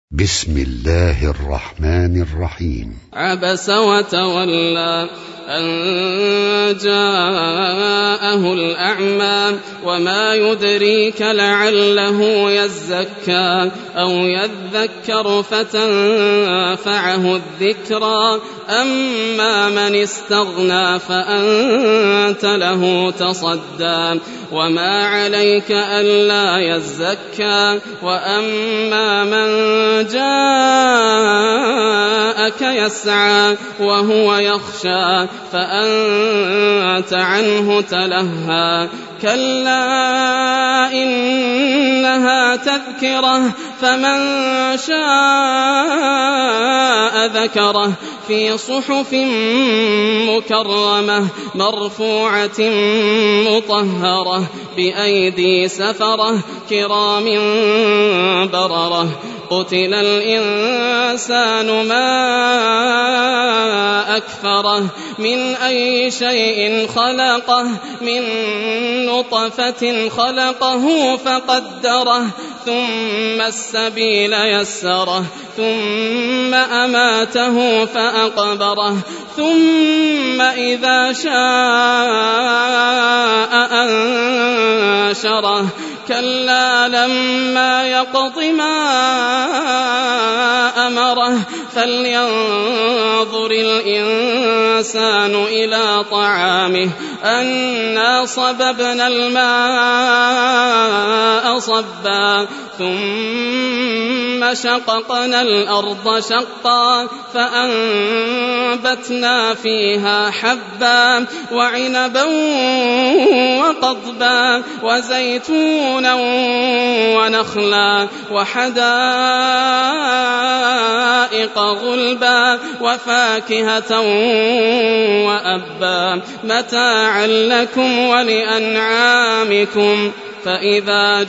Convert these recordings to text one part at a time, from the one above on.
بسم الله الرحمن الرحيم. عبس وتولى أن جاءه الأعمى وما يدريك لعله يزكى أو يذكر فتنفعه الذكرى أما من استغنى فأنت له تصدى وما عليك ألا يزكى وأما من جاءك يسعى وهو يخشى فأنت عنه تلهى كلا إنها تذكرة فمن شاء ذكره في صحف مكرمة مرفوعة مطهرة بأيدي سفرة كرام بررة قتل الإنسان ما أكفره من أي شيء خلقه من نطفة خلقه فقدره ثم السبيل يسره ثم أماته فأقبره ثم إذا شاء أنشره كلا لما يقض ما أمره فلينظر الإنسان إلى طعامه أنا صببنا الماء صبا ثم شققنا الأرض شقا فأنبتنا فيها حبا وعنبا وقضبا وزيتونا ونخلا وحدائق غلبا وفاكهة وأبا متاعا لكم ولأنعامكم فإذا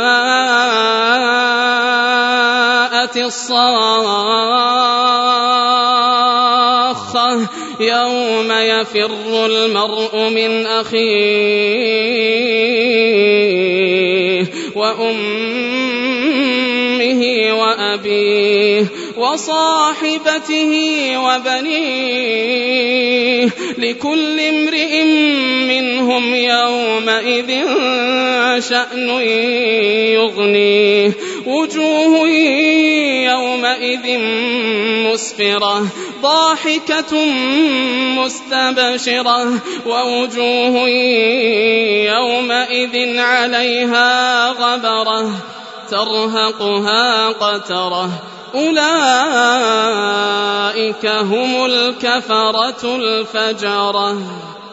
جاءت الصاخة يوم يفر المرء من أخيه وأمه وأبيه وصاحبته وبنيه لكل امرئ منهم يومئذ شأن يغنيه وجوه يومئذ مسفرة ضاحكة مستبشرة ووجوه يومئذ عليها غبرة ترهقها قترة أولئك هم الكفرة الفجرة.